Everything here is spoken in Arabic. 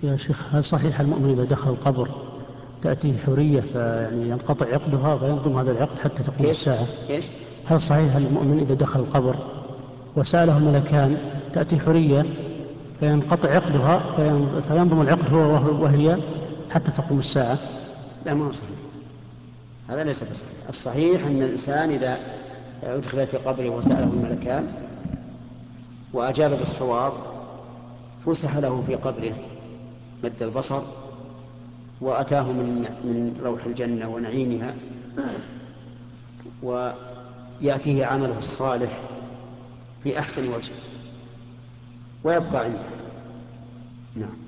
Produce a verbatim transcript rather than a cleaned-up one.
يا شيخ، هل صحيح المؤمن إذا دخل القبر تأتيه حرية فيعني ينقطع عقدها فينظم هذا العقد حتى تقوم الساعة؟ إيش؟ هل صحيح المؤمن إذا دخل القبر وسأله الملكان تأتي حرية فينقطع عقدها فينظم العقد هو وهي حتى تقوم الساعة؟ لا، ما هو صحيح، هذا ليس بصحيح. الصحيح أن الإنسان إذا أدخل في قبره وسأله الملكان وأجاب بالصواب فسح له في قبره مد البصر وأتاه من من روح الجنة ونعيمها، ويأتيه عمله الصالح في أحسن وجه ويبقى عنده. نعم.